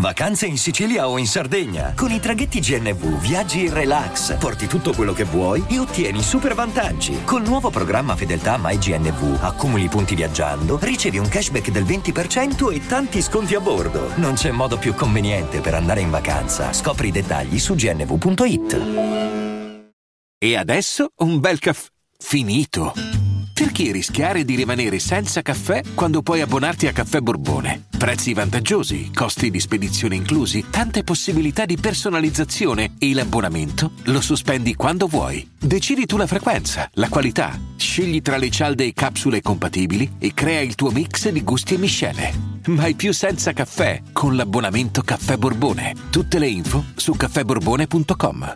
Vacanze in Sicilia o in Sardegna. Con i traghetti GNV viaggi in relax, porti tutto quello che vuoi e ottieni super vantaggi. Col nuovo programma Fedeltà MyGNV accumuli punti viaggiando, ricevi un cashback del 20% e tanti sconti a bordo. Non c'è modo più conveniente per andare in vacanza. Scopri i dettagli su gnv.it. E adesso un bel caffè finito. Perché rischiare di rimanere senza caffè quando puoi abbonarti a Caffè Borbone? Prezzi vantaggiosi, costi di spedizione inclusi, tante possibilità di personalizzazione e l'abbonamento lo sospendi quando vuoi. Decidi tu la frequenza, la qualità, scegli tra le cialde e capsule compatibili e crea il tuo mix di gusti e miscele. Mai più senza caffè con l'abbonamento Caffè Borbone. Tutte le info su caffèborbone.com.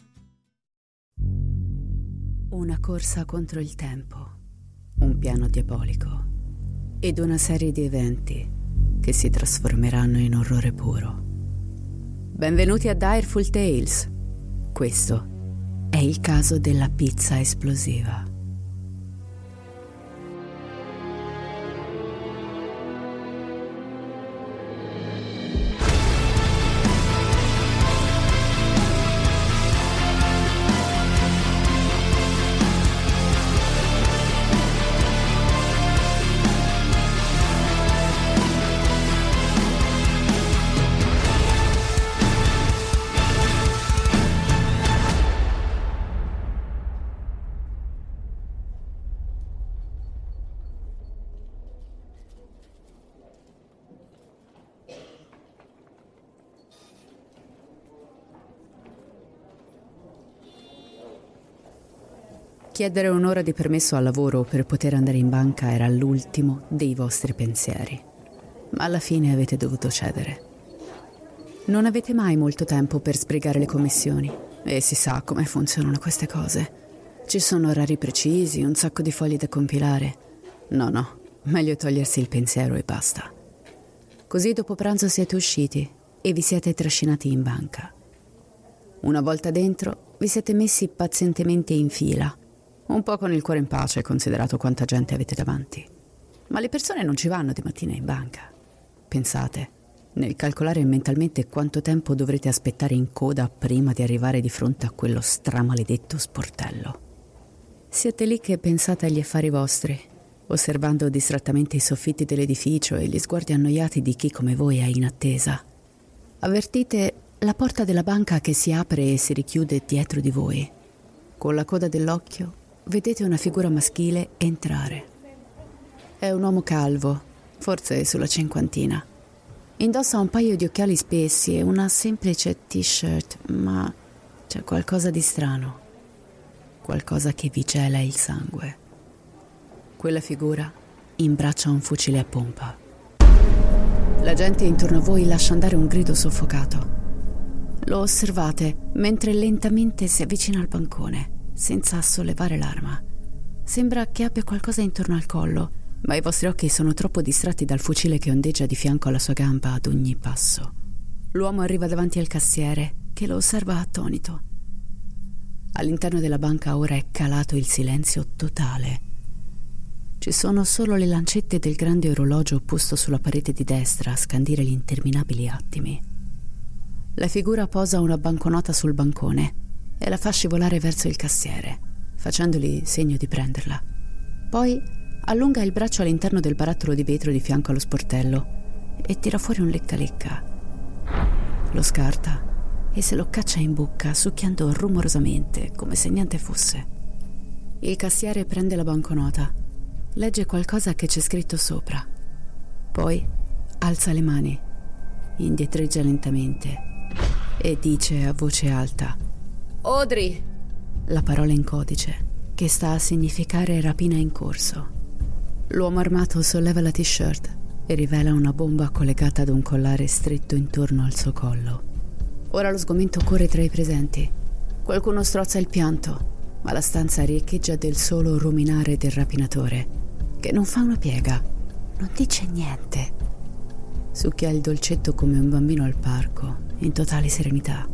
Una corsa contro il tempo, un piano diabolico ed una serie di eventi che si trasformeranno in orrore puro. Benvenuti a Direful Tales. Questo è il caso della pizza esplosiva. Chiedere un'ora di permesso al lavoro per poter andare in banca era l'ultimo dei vostri pensieri, ma alla fine avete dovuto cedere. Non avete mai molto tempo per sbrigare le commissioni e si sa come funzionano queste cose. Ci sono orari precisi, un sacco di fogli da compilare. No, meglio togliersi il pensiero e basta. Così dopo pranzo siete usciti e vi siete trascinati in banca. Una volta dentro vi siete messi pazientemente in fila, un po' con il cuore in pace, considerato quanta gente avete davanti. Ma le persone non ci vanno di mattina in banca. Pensate, nel calcolare mentalmente quanto tempo dovrete aspettare in coda prima di arrivare di fronte a quello stramaledetto sportello. Siete lì che pensate agli affari vostri, osservando distrattamente i soffitti dell'edificio e gli sguardi annoiati di chi come voi è in attesa. Avvertite la porta della banca che si apre e si richiude dietro di voi. Con la coda dell'occhio vedete una figura maschile entrare. È un uomo calvo, forse sulla cinquantina. Indossa un paio di occhiali spessi e una semplice t-shirt, ma c'è qualcosa di strano. Qualcosa che vi gela il sangue. Quella figura imbraccia un fucile a pompa. La gente intorno a voi lascia andare un grido soffocato. Lo osservate mentre lentamente si avvicina al bancone, senza sollevare l'arma. Sembra che abbia qualcosa intorno al collo, ma i vostri occhi sono troppo distratti dal fucile che ondeggia di fianco alla sua gamba ad ogni passo. L'uomo arriva davanti al cassiere, che lo osserva attonito. All'interno della banca ora è calato il silenzio totale. Ci sono solo le lancette del grande orologio posto sulla parete di destra a scandire gli interminabili attimi. La figura posa una banconota sul bancone e la fa scivolare verso il cassiere, facendogli segno di prenderla. Poi allunga il braccio all'interno del barattolo di vetro di fianco allo sportello e tira fuori un lecca-lecca. Lo scarta e se lo caccia in bocca, succhiando rumorosamente, come se niente fosse. Il cassiere prende la banconota, legge qualcosa che c'è scritto sopra. Poi alza le mani, indietreggia lentamente e dice a voce alta: Audrey! La parola in codice, che sta a significare rapina in corso. L'uomo armato solleva la t-shirt e rivela una bomba collegata ad un collare stretto intorno al suo collo. Ora lo sgomento corre tra i presenti. Qualcuno strozza il pianto, ma la stanza riecheggia del solo ruminare del rapinatore, che non fa una piega, non dice niente. Succhia il dolcetto come un bambino al parco, in totale serenità.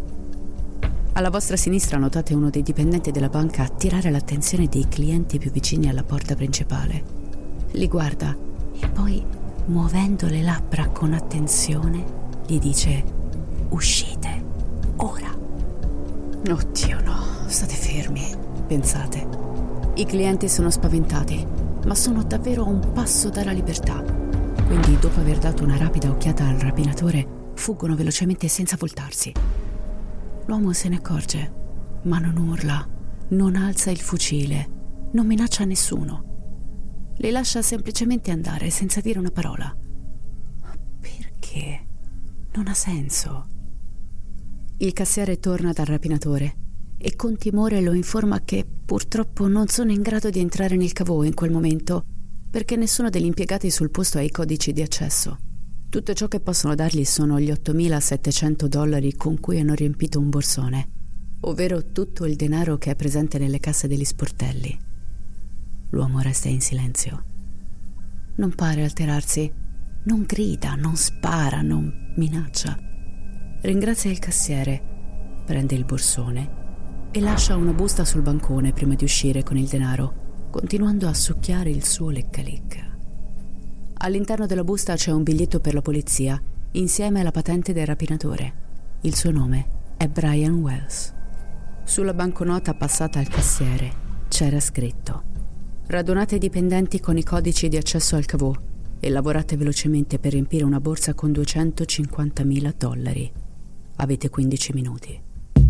Alla vostra sinistra notate uno dei dipendenti della banca attirare l'attenzione dei clienti più vicini alla porta principale. Li guarda e poi, muovendo le labbra con attenzione, gli dice: uscite, ora. Oddio no, state fermi, pensate. I clienti sono spaventati, ma sono davvero a un passo dalla libertà. Quindi, dopo aver dato una rapida occhiata al rapinatore, fuggono velocemente senza voltarsi. L'uomo se ne accorge, ma non urla, non alza il fucile, non minaccia nessuno. Li lascia semplicemente andare senza dire una parola. Perché? Non ha senso. Il cassiere torna dal rapinatore e con timore lo informa che purtroppo non sono in grado di entrare nel caveau in quel momento perché nessuno degli impiegati sul posto ha i codici di accesso. Tutto ciò che possono dargli sono gli $8.700 con cui hanno riempito un borsone, ovvero tutto il denaro che è presente nelle casse degli sportelli. L'uomo resta in silenzio. Non pare alterarsi, non grida, non spara, non minaccia. Ringrazia il cassiere, prende il borsone e lascia una busta sul bancone prima di uscire con il denaro, continuando a succhiare il suo lecca-lecca. All'interno della busta c'è un biglietto per la polizia, insieme alla patente del rapinatore. Il suo nome è Brian Wells. Sulla banconota passata al cassiere c'era scritto: radunate i dipendenti con i codici di accesso al caveau e lavorate velocemente per riempire una borsa con $250.000. Avete 15 minuti.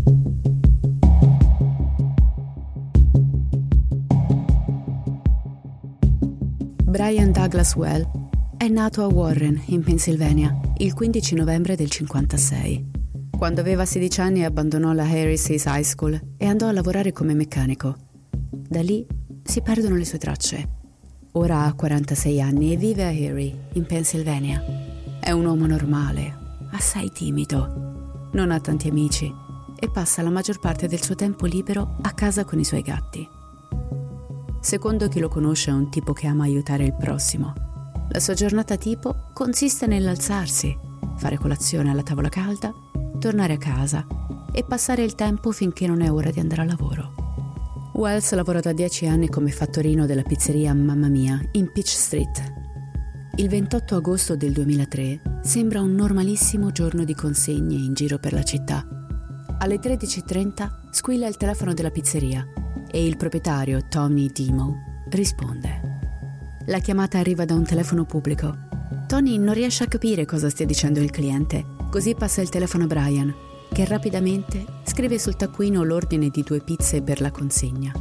Brian Douglas Wells è nato a Warren, in Pennsylvania, il 15 novembre del 1956. Quando aveva 16 anni abbandonò la Harris High School e andò a lavorare come meccanico. Da lì si perdono le sue tracce. Ora ha 46 anni e vive a Erie, in Pennsylvania. È un uomo normale, assai timido, non ha tanti amici e passa la maggior parte del suo tempo libero a casa con i suoi gatti. Secondo chi lo conosce è un tipo che ama aiutare il prossimo. La sua giornata tipo consiste nell'alzarsi, fare colazione alla tavola calda, tornare a casa e passare il tempo finché non è ora di andare a lavoro. Wells lavora da 10 anni come fattorino della pizzeria Mamma Mia in Peach Street. Il 28 agosto del 2003 sembra un normalissimo giorno di consegne in giro per la città. Alle 13:30 squilla il telefono della pizzeria e il proprietario, Tony Demo, risponde. La chiamata arriva da un telefono pubblico. Tony non riesce a capire cosa stia dicendo il cliente, così passa il telefono a Brian, che rapidamente scrive sul taccuino l'ordine di 2 pizze per la consegna.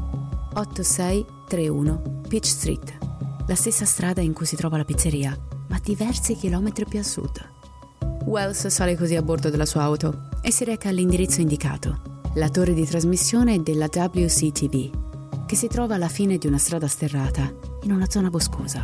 8631 Peach Street, la stessa strada in cui si trova la pizzeria, ma diversi chilometri più a sud. Wells sale così a bordo della sua auto e si reca all'indirizzo indicato, la torre di trasmissione della WCTV, che si trova alla fine di una strada sterrata in una zona boscosa.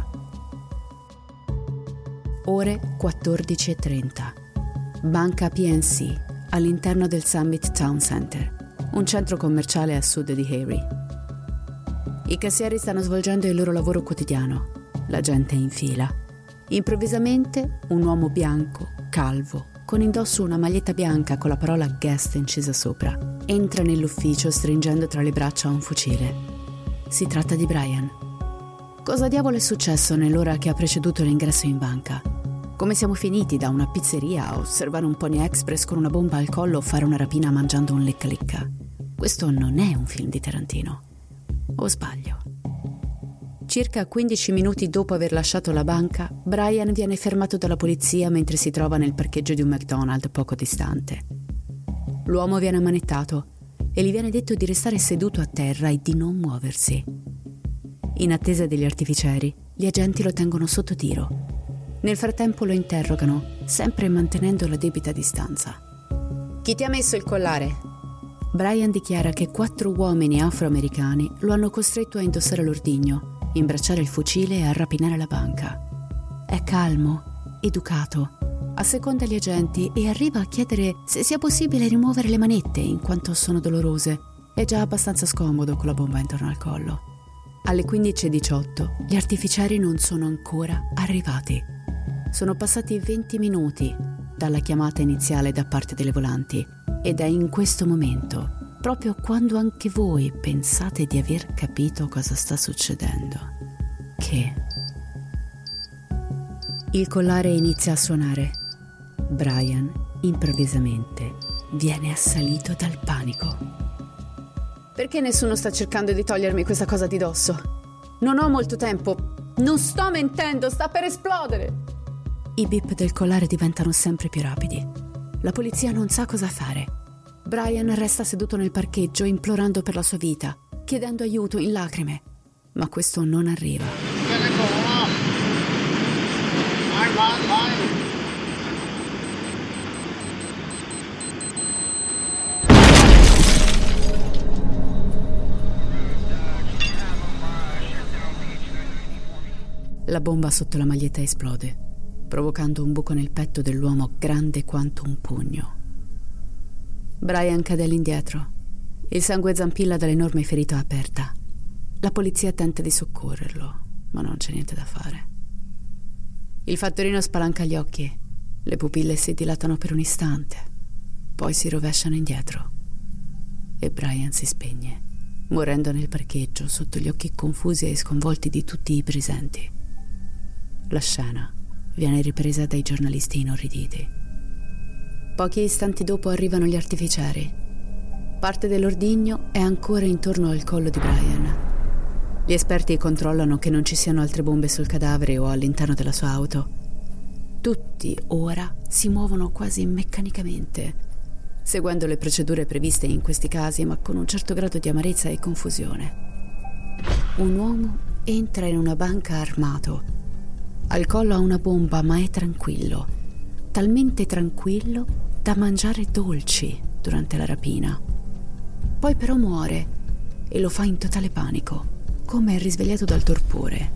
Ore 14:30. Banca PNC, all'interno del Summit Town Center, un centro commerciale a sud di Erie. I cassieri stanno svolgendo il loro lavoro quotidiano. La gente è in fila. Improvvisamente un uomo bianco, calvo, con indosso una maglietta bianca con la parola guest incisa sopra, entra nell'ufficio stringendo tra le braccia un fucile. Si tratta di Brian. Cosa diavolo è successo nell'ora che ha preceduto l'ingresso in banca? Come siamo finiti da una pizzeria a osservare un Pony Express con una bomba al collo o fare una rapina mangiando un lecca-lecca? Questo non è un film di Tarantino. O sbaglio? Circa 15 minuti dopo aver lasciato la banca, Brian viene fermato dalla polizia mentre si trova nel parcheggio di un McDonald's poco distante. L'uomo viene ammanettato e gli viene detto di restare seduto a terra e di non muoversi. In attesa degli artificieri, gli agenti lo tengono sotto tiro. Nel frattempo lo interrogano, sempre mantenendo la debita distanza. Chi ti ha messo il collare? Brian dichiara che 4 uomini afroamericani lo hanno costretto a indossare l'ordigno, imbracciare il fucile e a rapinare la banca. È calmo, educato, asseconda gli agenti e arriva a chiedere se sia possibile rimuovere le manette in quanto sono dolorose. È già abbastanza scomodo con la bomba intorno al collo. Alle 15:18 gli artificieri non sono ancora arrivati. Sono passati 20 minuti dalla chiamata iniziale da parte delle volanti ed è in questo momento, proprio quando anche voi pensate di aver capito cosa sta succedendo, che il collare inizia a suonare. Brian, improvvisamente, viene assalito dal panico. Perché nessuno sta cercando di togliermi questa cosa di dosso? Non ho molto tempo. Non sto mentendo, sta per esplodere. I beep del collare diventano sempre più rapidi. La polizia non sa cosa fare. Brian resta seduto nel parcheggio implorando per la sua vita, chiedendo aiuto in lacrime. Ma questo non arriva. La bomba sotto la maglietta esplode, provocando un buco nel petto dell'uomo grande quanto un pugno. Brian cade all'indietro. Il sangue zampilla dall'enorme ferita aperta. La polizia tenta di soccorrerlo, ma non c'è niente da fare. Il fattorino spalanca gli occhi. Le pupille si dilatano per un istante, poi si rovesciano indietro. E Brian si spegne, morendo nel parcheggio sotto gli occhi confusi e sconvolti di tutti i presenti. La scena viene ripresa dai giornalisti inorriditi. Pochi istanti dopo arrivano gli artificieri. Parte dell'ordigno è ancora intorno al collo di Brian. Gli esperti controllano che non ci siano altre bombe sul cadavere o all'interno della sua auto. Tutti ora si muovono quasi meccanicamente, seguendo le procedure previste in questi casi, ma con un certo grado di amarezza e confusione. Un uomo entra in una banca armato. Al collo ha una bomba, ma è tranquillo, talmente tranquillo da mangiare dolci durante la rapina. Poi però muore e lo fa in totale panico, come risvegliato dal torpore.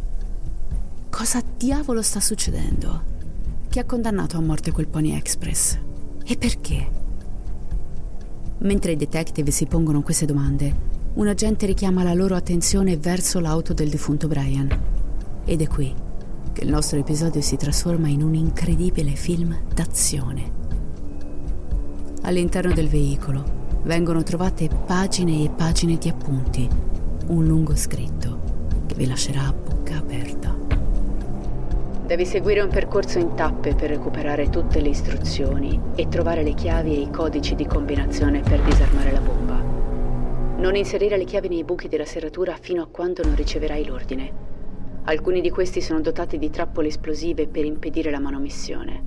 Cosa diavolo sta succedendo? Chi ha condannato a morte quel Pony Express? E perché? Mentre i detective si pongono queste domande, un agente richiama la loro attenzione verso l'auto del defunto Brian. Ed è qui che il nostro episodio si trasforma in un incredibile film d'azione. All'interno del veicolo vengono trovate pagine e pagine di appunti, un lungo scritto che vi lascerà a bocca aperta. Devi seguire un percorso in tappe per recuperare tutte le istruzioni e trovare le chiavi e i codici di combinazione per disarmare la bomba. Non inserire le chiavi nei buchi della serratura fino a quando non riceverai l'ordine. Alcuni di questi sono dotati di trappole esplosive per impedire la manomissione.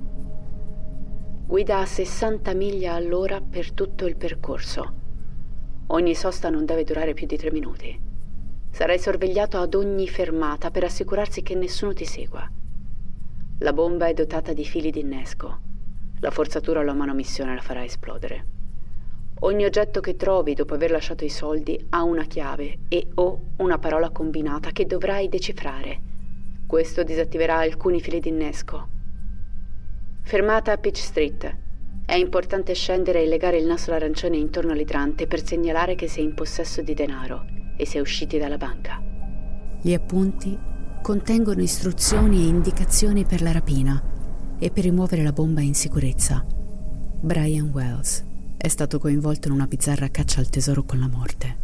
Guida a 60 miglia all'ora per tutto il percorso. Ogni sosta non deve durare più di 3 minuti. Sarai sorvegliato ad ogni fermata per assicurarsi che nessuno ti segua. La bomba è dotata di fili di innesco. La forzatura o la manomissione la farà esplodere. Ogni oggetto che trovi dopo aver lasciato i soldi ha una chiave e o una parola combinata che dovrai decifrare. Questo disattiverà alcuni fili di innesco. Fermata a Peach Street. È importante scendere e legare il nastro arancione intorno all'idrante per segnalare che sei in possesso di denaro e sei usciti dalla banca. Gli appunti contengono istruzioni e indicazioni per la rapina e per rimuovere la bomba in sicurezza. Brian Wells è stato coinvolto in una bizzarra caccia al tesoro con la morte.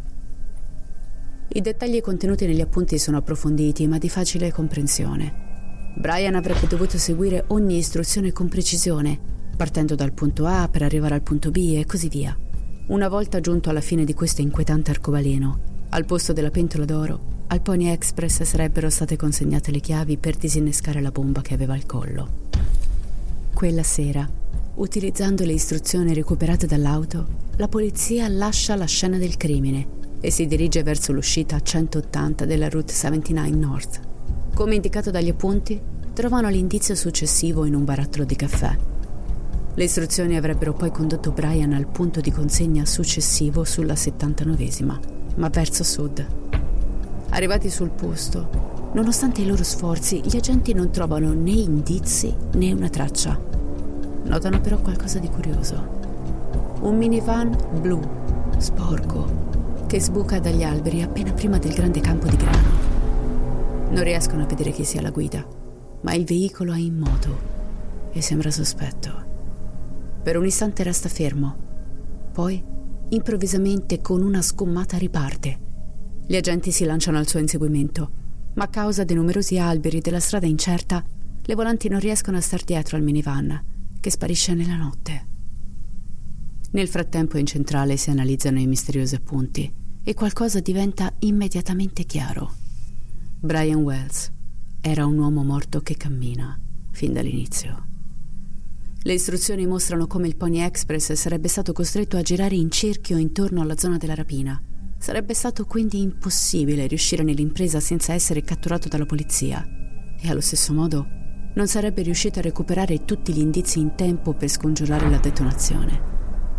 I dettagli contenuti negli appunti sono approfonditi ma di facile comprensione. Brian avrebbe dovuto seguire ogni istruzione con precisione, partendo dal punto A per arrivare al punto B e così via. Una volta giunto alla fine di questo inquietante arcobaleno, al posto della pentola d'oro, al Pony Express sarebbero state consegnate le chiavi per disinnescare la bomba che aveva al collo. Quella sera, utilizzando le istruzioni recuperate dall'auto, la polizia lascia la scena del crimine e si dirige verso l'uscita a 180 della Route 79 North. Come indicato dagli appunti, trovano l'indizio successivo in un barattolo di caffè. Le istruzioni avrebbero poi condotto Brian al punto di consegna successivo sulla 79esima, ma verso sud. Arrivati sul posto, nonostante i loro sforzi, gli agenti non trovano né indizi né una traccia. Notano però qualcosa di curioso. Un minivan blu, sporco, che sbuca dagli alberi appena prima del grande campo di grano. Non riescono a vedere chi sia la guida, ma il veicolo è in moto e sembra sospetto. Per un istante resta fermo, poi improvvisamente con una sgommata riparte. Gli agenti si lanciano al suo inseguimento, ma a causa dei numerosi alberi della strada incerta, le volanti non riescono a star dietro al minivan, che sparisce nella notte. Nel frattempo in centrale si analizzano i misteriosi appunti e qualcosa diventa immediatamente chiaro. Brian Wells era un uomo morto che cammina fin dall'inizio. Le istruzioni mostrano come il Pony Express sarebbe stato costretto a girare in cerchio intorno alla zona della rapina. Sarebbe stato quindi impossibile riuscire nell'impresa senza essere catturato dalla polizia e allo stesso modo non sarebbe riuscito a recuperare tutti gli indizi in tempo per scongiurare la detonazione.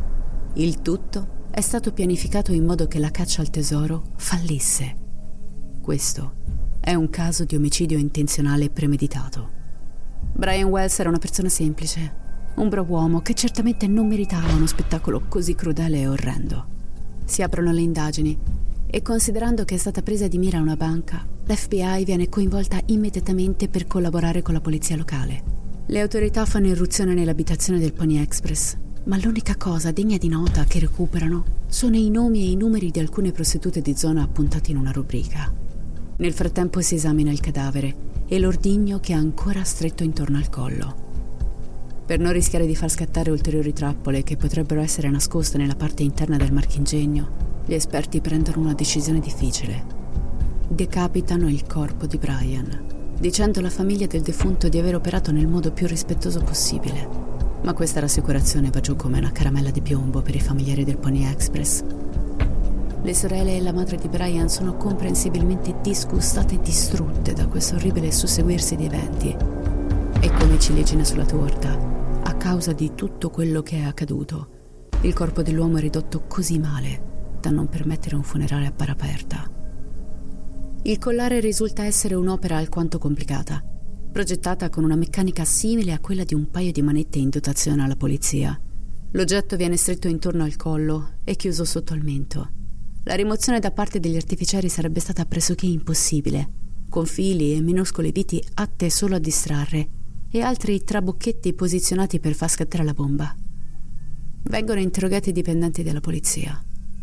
Il tutto è stato pianificato in modo che la caccia al tesoro fallisse. Questo è un caso di omicidio intenzionale premeditato. Brian Wells era una persona semplice, un bravo uomo che certamente non meritava uno spettacolo così crudele e orrendo. Si aprono le indagini e, considerando che è stata presa di mira una banca, l'FBI viene coinvolta immediatamente per collaborare con la polizia locale. Le autorità fanno irruzione nell'abitazione del Pony Express, ma l'unica cosa degna di nota che recuperano sono i nomi e i numeri di alcune prostitute di zona appuntati in una rubrica. Nel frattempo si esamina il cadavere e l'ordigno che è ancora stretto intorno al collo. Per non rischiare di far scattare ulteriori trappole che potrebbero essere nascoste nella parte interna del marchingegno, gli esperti prendono una decisione difficile. Decapitano il corpo di Brian, dicendo alla famiglia del defunto di aver operato nel modo più rispettoso possibile. Ma questa rassicurazione va giù come una caramella di piombo per i familiari del Pony Express. Le sorelle e la madre di Brian sono comprensibilmente disgustate e distrutte da questo orribile susseguirsi di eventi. E come ciliegina sulla torta, a causa di tutto quello che è accaduto, il corpo dell'uomo è ridotto così male da non permettere un funerale a bara aperta. Il collare risulta essere un'opera alquanto complicata, progettata con una meccanica simile a quella di un paio di manette in dotazione alla polizia. L'oggetto viene stretto intorno al collo e chiuso sotto al mento. La rimozione da parte degli artificieri sarebbe stata pressoché impossibile, con fili e minuscole viti atte solo a distrarre e altri trabocchetti posizionati per far scattare la bomba. Vengono interrogati i dipendenti della polizia.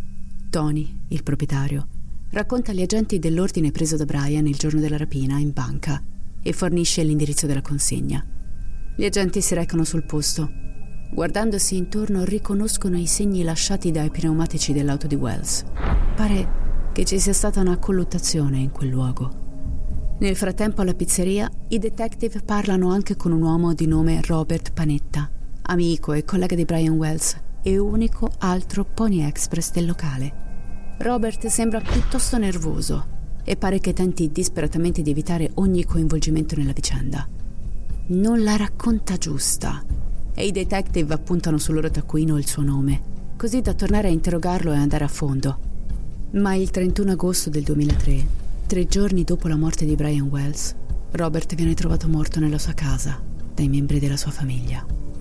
Tony, il proprietario, racconta agli agenti dell'ordine preso da Brian il giorno della rapina in banca e fornisce l'indirizzo della consegna. Gli agenti si recano sul posto. Guardandosi intorno riconoscono i segni lasciati dai pneumatici dell'auto di Wells. Pare che ci sia stata una colluttazione in quel luogo. Nel frattempo alla pizzeria i detective parlano anche con un uomo di nome Robert Panetta, amico e collega di Brian Wells e unico altro Pony Express del locale. Robert sembra piuttosto nervoso e pare che tenti disperatamente di evitare ogni coinvolgimento nella vicenda. Non la racconta giusta e i detective appuntano sul loro taccuino il suo nome, così da tornare a interrogarlo e andare a fondo. Ma il 31 agosto del 2003, 3 giorni dopo la morte di Brian Wells, Robert viene trovato morto nella sua casa dai membri della sua famiglia.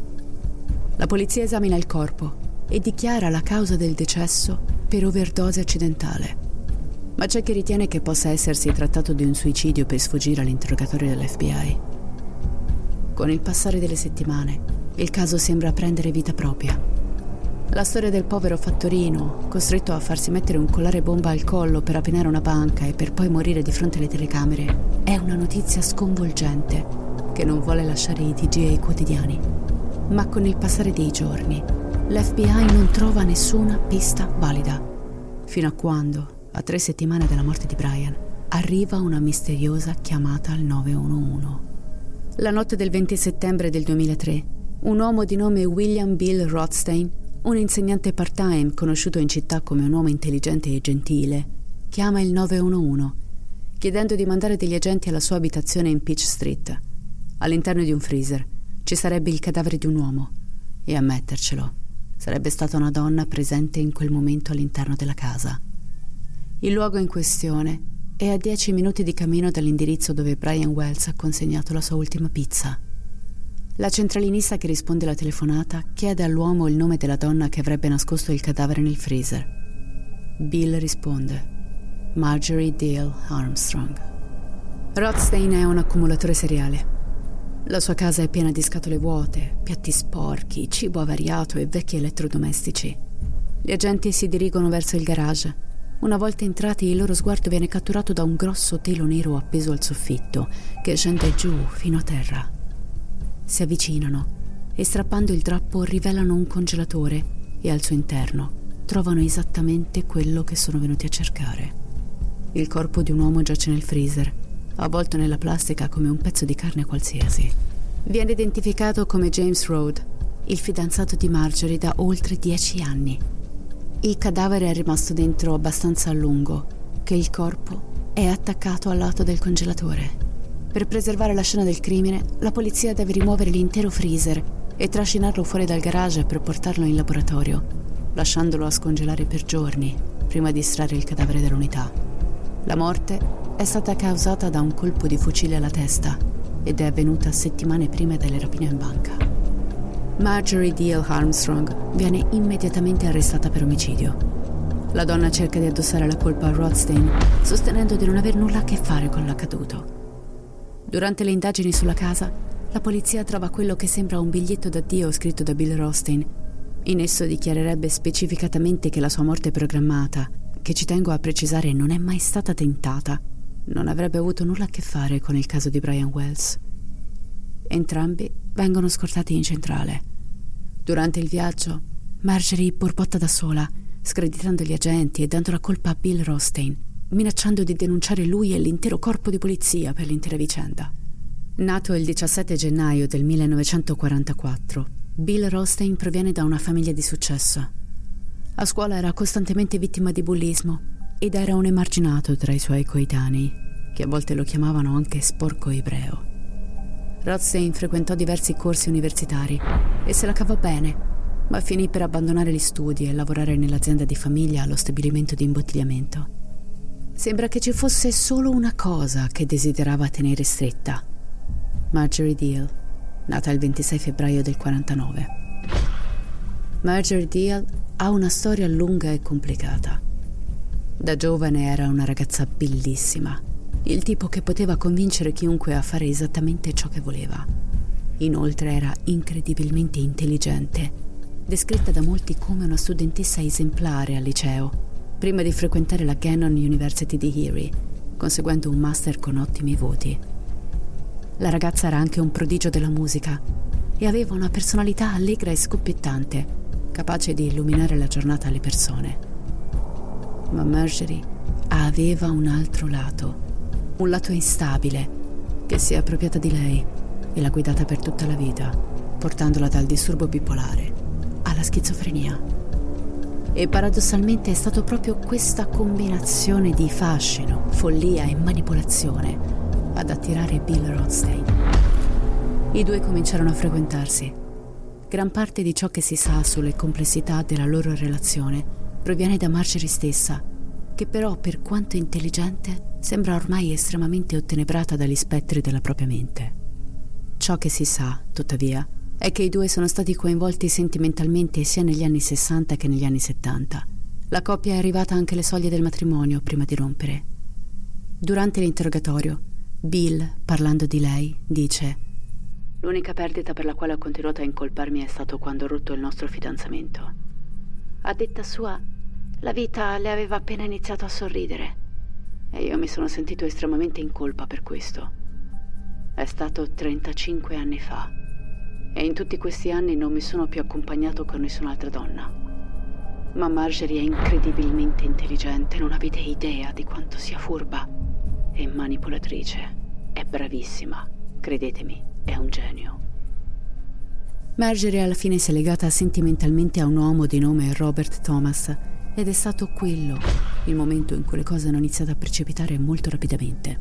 La polizia esamina il corpo e dichiara la causa del decesso per overdose accidentale. Ma c'è chi ritiene che possa essersi trattato di un suicidio per sfuggire all'interrogatorio dell'FBI. Con il passare delle settimane, il caso sembra prendere vita propria. La storia del povero fattorino, costretto a farsi mettere un collare bomba al collo per rapinare una banca e per poi morire di fronte alle telecamere, è una notizia sconvolgente che non vuole lasciare i TG e i quotidiani. Ma con il passare dei giorni, l'FBI non trova nessuna pista valida, fino a quando, a 3 settimane dalla morte di Brian, arriva una misteriosa chiamata al 911. La notte del 20 settembre del 2003, un uomo di nome William Bill Rothstein, un insegnante part-time conosciuto in città come un uomo intelligente e gentile, chiama il 911, chiedendo di mandare degli agenti alla sua abitazione in Peach Street. All'interno di un freezer ci sarebbe il cadavere di un uomo e, a mettercelo, sarebbe stata una donna presente in quel momento all'interno della casa. Il luogo in questione è a 10 minuti di cammino dall'indirizzo dove Brian Wells ha consegnato la sua ultima pizza. La centralinista che risponde alla telefonata chiede all'uomo il nome della donna che avrebbe nascosto il cadavere nel freezer. Bill risponde: Marjorie Dale Armstrong. Rothstein è un accumulatore seriale. La sua casa è piena di scatole vuote, piatti sporchi, cibo avariato e vecchi elettrodomestici. Gli agenti si dirigono verso il garage. Una volta entrati, il loro sguardo viene catturato da un grosso telo nero appeso al soffitto, che scende giù fino a terra. Si avvicinano e strappando il drappo rivelano un congelatore e al suo interno trovano esattamente quello che sono venuti a cercare. Il corpo di un uomo giace nel freezer, avvolto nella plastica come un pezzo di carne qualsiasi. Viene identificato come James Rode, il fidanzato di Marjorie da oltre 10 anni. Il cadavere è rimasto dentro abbastanza a lungo che il corpo è attaccato al lato del congelatore. Per preservare la scena del crimine, la polizia deve rimuovere l'intero freezer e trascinarlo fuori dal garage per portarlo in laboratorio, lasciandolo a scongelare per giorni prima di estrarre il cadavere dall'unità. La morte è stata causata da un colpo di fucile alla testa ed è avvenuta settimane prima delle rapine in banca. Marjorie Diehl Armstrong viene immediatamente arrestata per omicidio. La donna cerca di addossare la colpa a Rothstein, sostenendo di non aver nulla a che fare con l'accaduto. Durante le indagini sulla casa, la polizia trova quello che sembra un biglietto d'addio scritto da Bill Rothstein. In esso dichiarerebbe specificatamente che la sua morte programmata, che ci tengo a precisare non è mai stata tentata, non avrebbe avuto nulla a che fare con il caso di Brian Wells. Entrambi vengono scortati in centrale. Durante il viaggio, Marjorie borbotta da sola, screditando gli agenti e dando la colpa a Bill Rothstein, minacciando di denunciare lui e l'intero corpo di polizia per l'intera vicenda. Nato il 17 gennaio del 1944, Bill Rothstein proviene da una famiglia di successo. A scuola era costantemente vittima di bullismo ed era un emarginato tra i suoi coetanei, che a volte lo chiamavano anche sporco ebreo. Rothstein frequentò diversi corsi universitari e se la cavò bene, ma finì per abbandonare gli studi e lavorare nell'azienda di famiglia allo stabilimento di imbottigliamento. Sembra che ci fosse solo una cosa che desiderava tenere stretta: Marjorie Diehl, nata il 26 febbraio del 49. Marjorie Diehl ha una storia lunga e complicata. Da giovane era una ragazza bellissima, il tipo che poteva convincere chiunque a fare esattamente ciò che voleva. Inoltre era incredibilmente intelligente, descritta da molti come una studentessa esemplare al liceo, prima di frequentare la Gannon University di Erie, conseguendo un master con ottimi voti. La ragazza era anche un prodigio della musica e aveva una personalità allegra e scoppiettante, capace di illuminare la giornata alle persone. Ma Marjorie aveva un altro lato, un lato instabile, che si è appropriata di lei e l'ha guidata per tutta la vita, portandola dal disturbo bipolare alla schizofrenia. E paradossalmente è stato proprio questa combinazione di fascino, follia e manipolazione ad attirare Bill Rothstein. I due cominciarono a frequentarsi. Gran parte di ciò che si sa sulle complessità della loro relazione proviene da Marjorie stessa, che però, per quanto intelligente, sembra ormai estremamente ottenebrata dagli spettri della propria mente. Ciò che si sa, tuttavia, è che i due sono stati coinvolti sentimentalmente sia negli anni 60 che negli anni 70. La coppia è arrivata anche alle soglie del matrimonio prima di rompere. Durante l'interrogatorio, Bill, parlando di lei, dice: «L'unica perdita per la quale ho continuato a incolparmi è stato quando ho rotto il nostro fidanzamento. A detta sua, la vita le aveva appena iniziato a sorridere e io mi sono sentito estremamente in colpa per questo. È stato 35 anni fa e in tutti questi anni non mi sono più accompagnato con nessun'altra donna. Ma Marjorie è incredibilmente intelligente, non avete idea di quanto sia furba e manipolatrice. È bravissima, credetemi, è un genio». Marjorie alla fine si è legata sentimentalmente a un uomo di nome Robert Thomas ed è stato quello il momento in cui le cose hanno iniziato a precipitare molto rapidamente.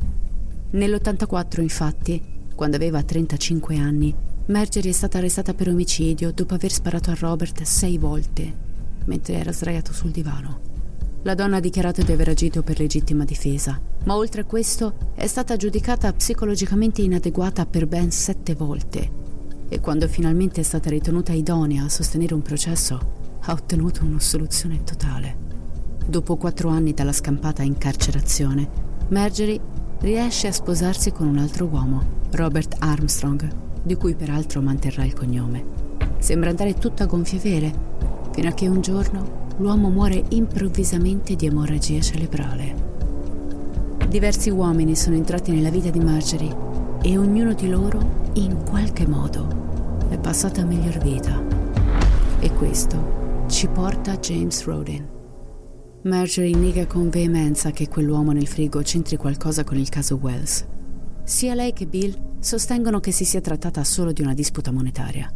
Nell'84, infatti, quando aveva 35 anni, Marjorie è stata arrestata per omicidio dopo aver sparato a Robert 6 volte mentre era sdraiato sul divano. La donna ha dichiarato di aver agito per legittima difesa, ma oltre a questo è stata giudicata psicologicamente inadeguata per ben 7 volte e quando finalmente è stata ritenuta idonea a sostenere un processo ha ottenuto un'assoluzione totale. Dopo 4 anni dalla scampata incarcerazione, Marjorie riesce a sposarsi con un altro uomo, Robert Armstrong, di cui peraltro manterrà il cognome. Sembra andare tutto a gonfie vele, fino a che un giorno l'uomo muore improvvisamente di emorragia cerebrale. Diversi uomini sono entrati nella vita di Marjorie e ognuno di loro, in qualche modo, è passata a miglior vita. E questo ci porta a James Rodin. Marjorie nega con veemenza che quell'uomo nel frigo c'entri qualcosa con il caso Wells. Sia lei che Bill sostengono che si sia trattata solo di una disputa monetaria.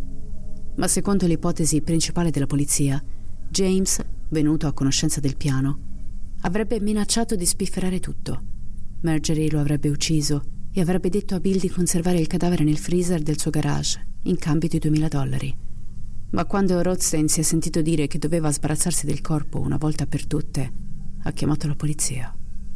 Ma secondo l'ipotesi principale della polizia, James, venuto a conoscenza del piano, avrebbe minacciato di spifferare tutto. Marjorie lo avrebbe ucciso e avrebbe detto a Bill di conservare il cadavere nel freezer del suo garage in cambio di $2.000. Ma quando Rothstein si è sentito dire che doveva sbarazzarsi del corpo una volta per tutte, ha chiamato la polizia.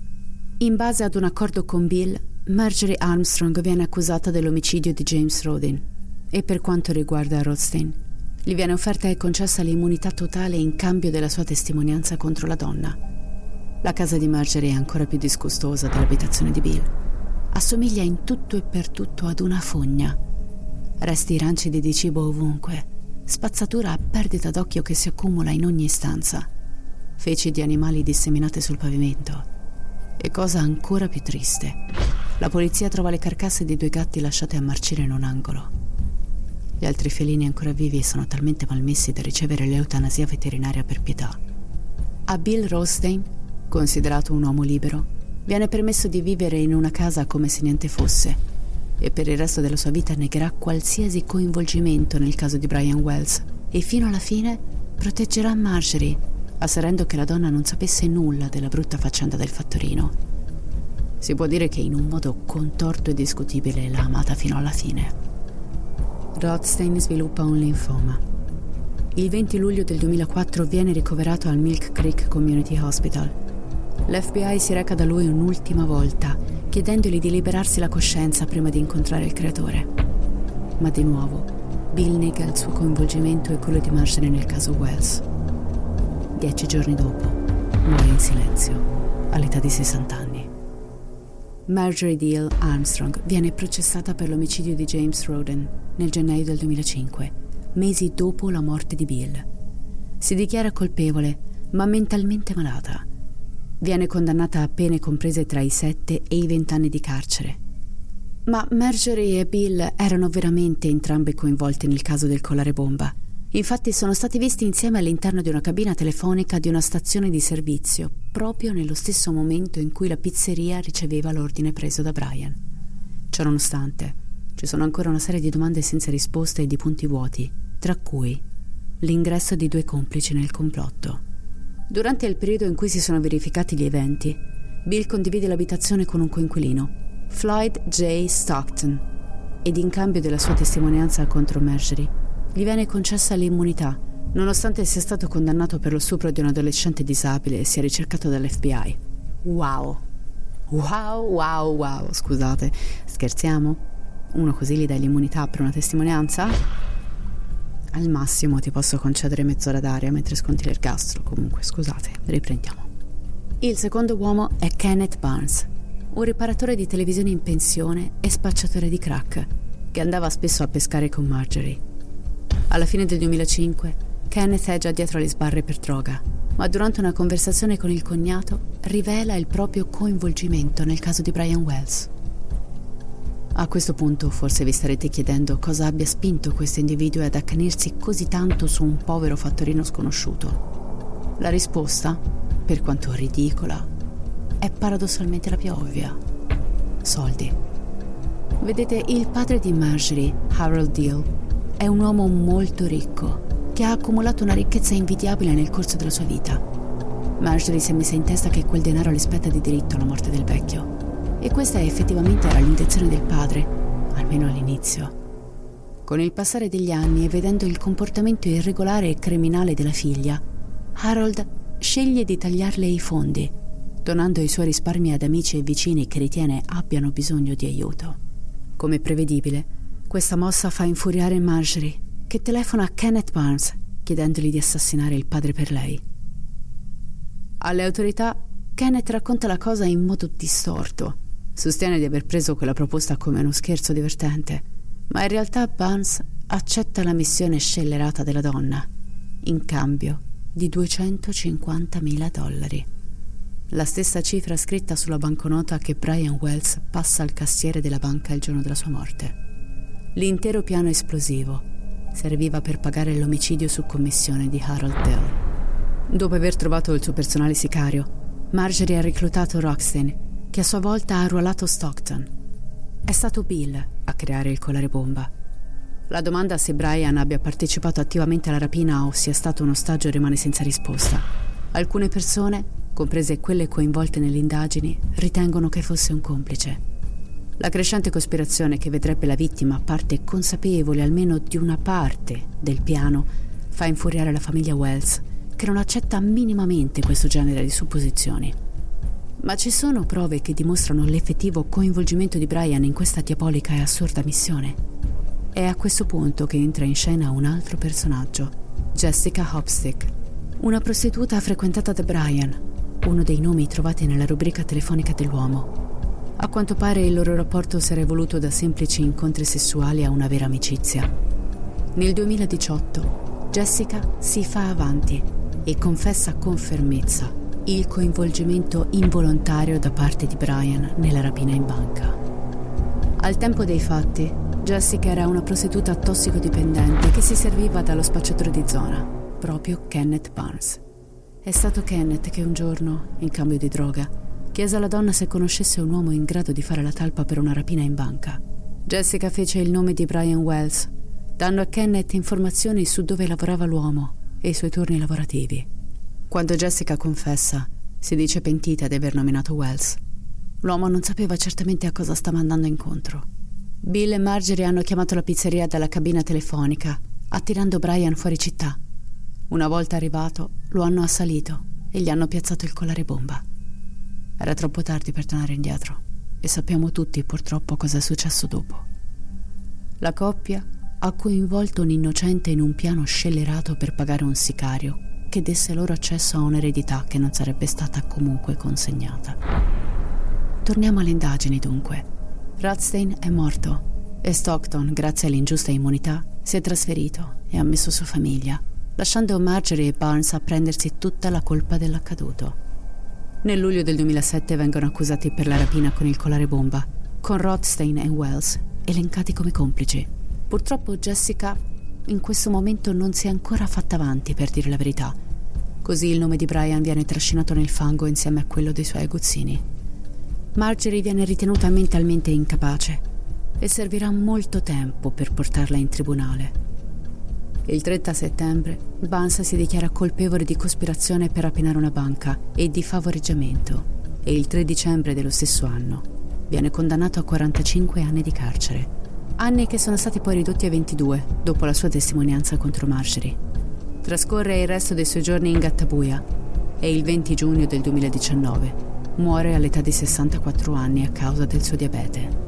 In base ad un accordo con Bill, Marjorie Armstrong viene accusata dell'omicidio di James Rodin e per quanto riguarda Rothstein, gli viene offerta e concessa l'immunità totale in cambio della sua testimonianza contro la donna. La casa di Marjorie è ancora più disgustosa dell'abitazione di Bill. Assomiglia in tutto e per tutto ad una fogna. Resti rancidi di cibo ovunque, spazzatura a perdita d'occhio che si accumula in ogni stanza, feci di animali disseminate sul pavimento e, cosa ancora più triste, la polizia trova le carcasse di 2 gatti lasciate a marcire in un angolo. Gli altri felini ancora vivi sono talmente malmessi da ricevere l'eutanasia veterinaria per pietà. A Bill Rothstein, considerato un uomo libero, viene permesso di vivere in una casa come se niente fosse e per il resto della sua vita negherà qualsiasi coinvolgimento nel caso di Brian Wells e fino alla fine proteggerà Marjorie, asserendo che la donna non sapesse nulla della brutta faccenda del fattorino. Si può dire che in un modo contorto e discutibile l'ha amata fino alla fine. Rothstein sviluppa un linfoma. Il 20 luglio del 2004 viene ricoverato al Milk Creek Community Hospital. L'FBI si reca da lui un'ultima volta, chiedendogli di liberarsi la coscienza prima di incontrare il creatore. Ma di nuovo, Bill nega il suo coinvolgimento e quello di Marjorie nel caso Wells. 10 giorni dopo, muore in silenzio, all'età di 60 anni. Marjorie Diehl Armstrong viene processata per l'omicidio di James Rodin nel gennaio del 2005, mesi dopo la morte di Bill. Si dichiara colpevole, ma mentalmente malata. Viene condannata a pene comprese tra i 7 e i 20 anni di carcere. Ma Marjorie e Bill erano veramente entrambe coinvolte nel caso del collare bomba. Infatti sono stati visti insieme all'interno di una cabina telefonica di una stazione di servizio, proprio nello stesso momento in cui la pizzeria riceveva l'ordine preso da Brian. Ciononostante, ci sono ancora una serie di domande senza risposte e di punti vuoti, tra cui l'ingresso di 2 complici nel complotto. Durante il periodo in cui si sono verificati gli eventi, Bill condivide l'abitazione con un coinquilino, Floyd J. Stockton, ed in cambio della sua testimonianza contro Marjorie, gli viene concessa l'immunità, nonostante sia stato condannato per lo stupro di un adolescente disabile e sia ricercato dall'FBI. Wow, scusate, scherziamo? Uno così gli dai l'immunità per una testimonianza? Al massimo ti posso concedere mezz'ora d'aria mentre sconti l'ergastolo. Comunque, scusate, riprendiamo. Il secondo uomo è Kenneth Barnes, un riparatore di televisione in pensione e spacciatore di crack, che andava spesso a pescare con Marjorie. Alla fine del 2005, Kenneth è già dietro le sbarre per droga, ma durante una conversazione con il cognato rivela il proprio coinvolgimento nel caso di Brian Wells. A questo punto forse vi starete chiedendo cosa abbia spinto questo individuo ad accanirsi così tanto su un povero fattorino sconosciuto. La risposta, per quanto ridicola, è paradossalmente la più ovvia: soldi. Vedete, il padre di Marjorie, Harold Diehl, è un uomo molto ricco che ha accumulato una ricchezza invidiabile nel corso della sua vita. Marjorie si è messa in testa che quel denaro le spetta di diritto alla morte del vecchio. E questa effettivamente era l'intenzione del padre, almeno all'inizio. Con il passare degli anni e vedendo il comportamento irregolare e criminale della figlia, Harold sceglie di tagliarle i fondi, donando i suoi risparmi ad amici e vicini che ritiene abbiano bisogno di aiuto. Come prevedibile, questa mossa fa infuriare Marjorie, che telefona a Kenneth Barnes chiedendogli di assassinare il padre per lei. Alle autorità, Kenneth racconta la cosa in modo distorto. Sostiene di aver preso quella proposta come uno scherzo divertente, ma in realtà Barnes accetta la missione scellerata della donna, in cambio di $250.000. La stessa cifra scritta sulla banconota che Brian Wells passa al cassiere della banca il giorno della sua morte. L'intero piano esplosivo serviva per pagare l'omicidio su commissione di Harold Dell. Dopo aver trovato il suo personale sicario, Marjorie ha reclutato Rothstein, che a sua volta ha arruolato Stockton. È stato Bill a creare il colare bomba. La domanda se Brian abbia partecipato attivamente alla rapina o sia stato un ostaggio rimane senza risposta. Alcune persone, comprese quelle coinvolte nelle indagini, ritengono che fosse un complice. La crescente cospirazione che vedrebbe la vittima parte consapevole almeno di una parte del piano fa infuriare la famiglia Wells, che non accetta minimamente questo genere di supposizioni. Ma ci sono prove che dimostrano l'effettivo coinvolgimento di Brian in questa diabolica e assurda missione. È a questo punto che entra in scena un altro personaggio, Jessica Hopstick, una prostituta frequentata da Brian, uno dei nomi trovati nella rubrica telefonica dell'uomo. A quanto pare il loro rapporto si era evoluto da semplici incontri sessuali a una vera amicizia. Nel 2018 Jessica si fa avanti e confessa con fermezza il coinvolgimento involontario da parte di Brian nella rapina in banca. Al tempo dei fatti, Jessica era una prostituta tossicodipendente che si serviva dallo spacciatore di zona, proprio Kenneth Barnes. È stato Kenneth che un giorno, in cambio di droga, chiese alla donna se conoscesse un uomo in grado di fare la talpa per una rapina in banca. Jessica fece il nome di Brian Wells, dando a Kenneth informazioni su dove lavorava l'uomo e i suoi turni lavorativi. Quando Jessica confessa, si dice pentita di aver nominato Wells. L'uomo non sapeva certamente a cosa stava andando incontro. Bill e Marjorie hanno chiamato la pizzeria dalla cabina telefonica, attirando Brian fuori città. Una volta arrivato, lo hanno assalito e gli hanno piazzato il colare bomba. Era troppo tardi per tornare indietro e sappiamo tutti purtroppo cosa è successo dopo. La coppia ha coinvolto un innocente in un piano scellerato per pagare un sicario che desse loro accesso a un'eredità che non sarebbe stata comunque consegnata. Torniamo alle indagini dunque. Rothstein è morto e Stockton, grazie all'ingiusta immunità, si è trasferito e ha messo su famiglia, lasciando Marjorie e Barnes a prendersi tutta la colpa dell'accaduto. Nel luglio del 2007 vengono accusati per la rapina con il colare bomba, con Rothstein e Wells elencati come complici. Purtroppo Jessica in questo momento non si è ancora fatta avanti, per dire la verità. Così il nome di Brian viene trascinato nel fango insieme a quello dei suoi aguzzini. Marjorie viene ritenuta mentalmente incapace e servirà molto tempo per portarla in tribunale. Il 30 settembre Barnes si dichiara colpevole di cospirazione per rapinare una banca e di favoreggiamento e il 3 dicembre dello stesso anno viene condannato a 45 anni di carcere. Anni che sono stati poi ridotti a 22 dopo la sua testimonianza contro Marjorie. Trascorre il resto dei suoi giorni in gattabuia e il 20 giugno del 2019 muore all'età di 64 anni a causa del suo diabete.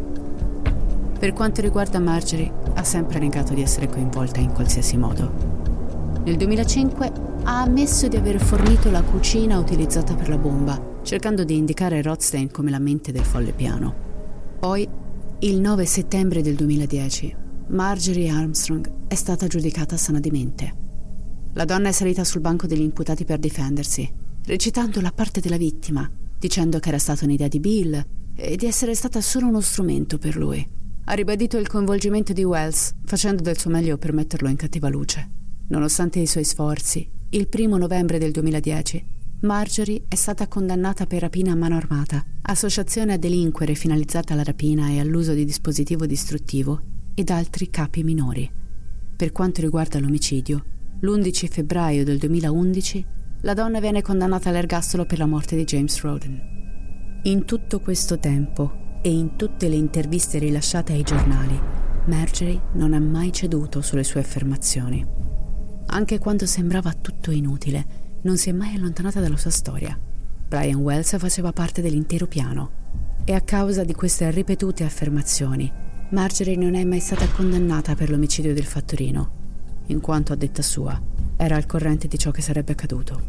Per quanto riguarda Marjorie, ha sempre negato di essere coinvolta in qualsiasi modo. Nel 2005 ha ammesso di aver fornito la cucina utilizzata per la bomba, cercando di indicare Rothstein come la mente del folle piano. Poi, il 9 settembre del 2010, Marjorie Armstrong è stata giudicata sana di mente. La donna è salita sul banco degli imputati per difendersi, recitando la parte della vittima, dicendo che era stata un'idea di Bill e di essere stata solo uno strumento per lui. Ha ribadito il coinvolgimento di Wells, facendo del suo meglio per metterlo in cattiva luce. Nonostante i suoi sforzi, il 1 novembre del 2010, Marjorie è stata condannata per rapina a mano armata, associazione a delinquere finalizzata alla rapina e all'uso di dispositivo distruttivo ed altri capi minori. Per quanto riguarda l'omicidio, l'11 febbraio del 2011, la donna viene condannata all'ergastolo per la morte di James Roden. In tutto questo tempo e in tutte le interviste rilasciate ai giornali, Marjorie non ha mai ceduto sulle sue affermazioni. Anche quando sembrava tutto inutile, non si è mai allontanata dalla sua storia. Brian Wells faceva parte dell'intero piano e a causa di queste ripetute affermazioni, Marjorie non è mai stata condannata per l'omicidio del fattorino, in quanto, a detta sua, era al corrente di ciò che sarebbe accaduto.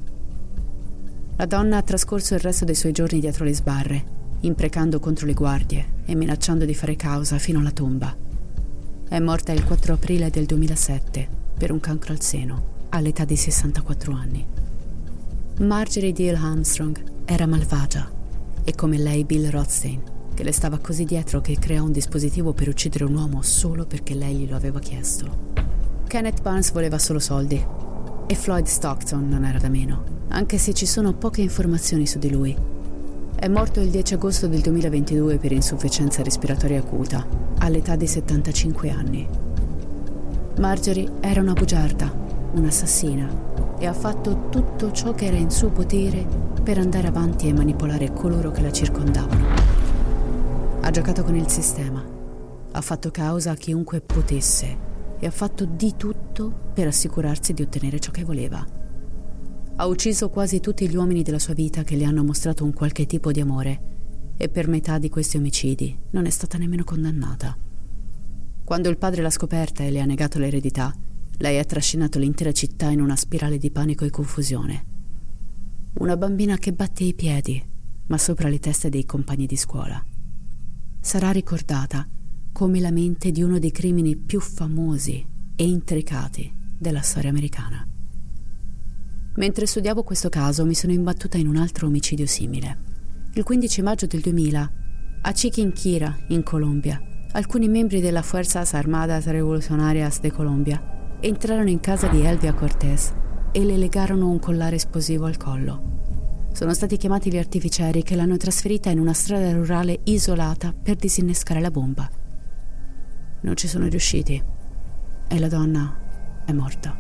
La donna ha trascorso il resto dei suoi giorni dietro le sbarre, imprecando contro le guardie e minacciando di fare causa fino alla tomba. È morta il 4 aprile del 2007 per un cancro al seno, all'età di 64 anni. Marjorie Diehl Armstrong era malvagia e come lei Bill Rothstein che le stava così dietro che creò un dispositivo per uccidere un uomo solo perché lei glielo aveva chiesto. Kenneth Barnes voleva solo soldi e Floyd Stockton non era da meno, anche se ci sono poche informazioni su di lui. È morto il 10 agosto del 2022 per insufficienza respiratoria acuta, all'età di 75 anni. Marjorie era una bugiarda, un'assassina, e ha fatto tutto ciò che era in suo potere per andare avanti e manipolare coloro che la circondavano. Ha giocato con il sistema, ha fatto causa a chiunque potesse e ha fatto di tutto per assicurarsi di ottenere ciò che voleva. Ha ucciso quasi tutti gli uomini della sua vita che le hanno mostrato un qualche tipo di amore e per metà di questi omicidi non è stata nemmeno condannata. Quando il padre l'ha scoperta e le ha negato l'eredità, lei ha trascinato l'intera città in una spirale di panico e confusione. Una bambina che batte i piedi, ma sopra le teste dei compagni di scuola. Sarà ricordata come la mente di uno dei crimini più famosi e intricati della storia americana. Mentre studiavo questo caso mi sono imbattuta in un altro omicidio simile. Il 15 maggio del 2000, a Chiquinquirá, in Colombia, alcuni membri della Fuerzas Armadas Revolucionarias de Colombia entrarono in casa di Elvia Cortés e le legarono un collare esplosivo al collo. Sono stati chiamati gli artificieri che l'hanno trasferita in una strada rurale isolata per disinnescare la bomba. Non ci sono riusciti e la donna è morta.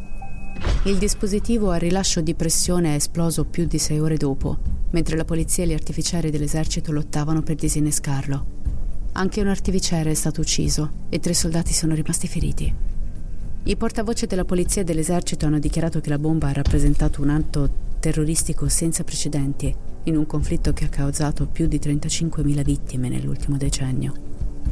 Il dispositivo a rilascio di pressione è esploso più di 6 ore dopo, mentre la polizia e gli artificieri dell'esercito lottavano per disinnescarlo. Anche un artificiere è stato ucciso e 3 soldati sono rimasti feriti. I portavoce della polizia e dell'esercito hanno dichiarato che la bomba ha rappresentato un atto terroristico senza precedenti in un conflitto che ha causato più di 35.000 vittime nell'ultimo decennio.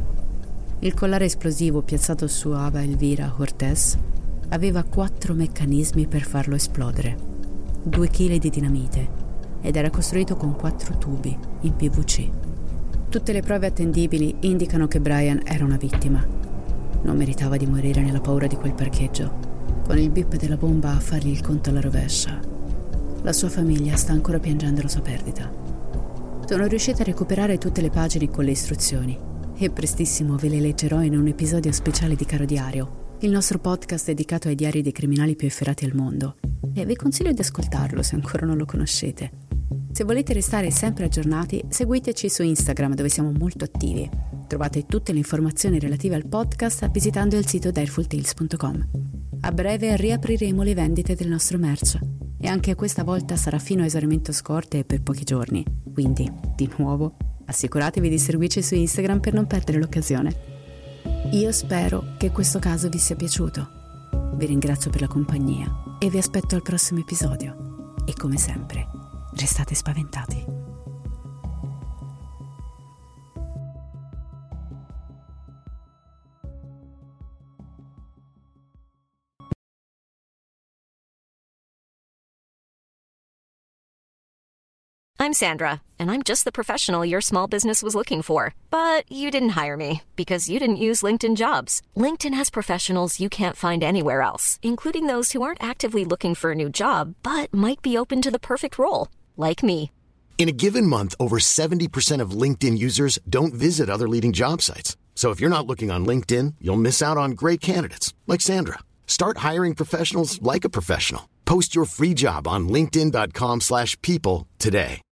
Il collare esplosivo piazzato su Ava Elvira Cortés aveva 4 meccanismi per farlo esplodere, 2 kg di dinamite, ed era costruito con 4 tubi in PVC. Tutte le prove attendibili indicano che Brian era una vittima. Non meritava di morire nella paura di quel parcheggio, con il bip della bomba a fargli il conto alla rovescia. La sua famiglia sta ancora piangendo la sua perdita. Sono riuscita a recuperare tutte le pagine con le istruzioni e prestissimo ve le leggerò in un episodio speciale di Caro Diario, il nostro podcast dedicato ai diari dei criminali più efferati al mondo, e vi consiglio di ascoltarlo se ancora non lo conoscete. Se volete restare sempre aggiornati, seguiteci su Instagram, dove siamo molto attivi. Trovate tutte le informazioni relative al podcast visitando il sito direfultales.com. A breve riapriremo le vendite del nostro merch e anche questa volta sarà fino a esaurimento scorte e per pochi giorni. Quindi, di nuovo, assicuratevi di seguirci su Instagram per non perdere l'occasione. Io spero che questo caso vi sia piaciuto. Vi ringrazio per la compagnia e vi aspetto al prossimo episodio. E come sempre, restate spaventati. I'm Sandra, and I'm just the professional your small business was looking for. But you didn't hire me because you didn't use LinkedIn Jobs. LinkedIn has professionals you can't find anywhere else, including those who aren't actively looking for a new job, but might be open to the perfect role, like me. In a given month, over 70% of LinkedIn users don't visit other leading job sites. So if you're not looking on LinkedIn, you'll miss out on great candidates like Sandra. Start hiring professionals like a professional. Post your free job on linkedin.com/people today.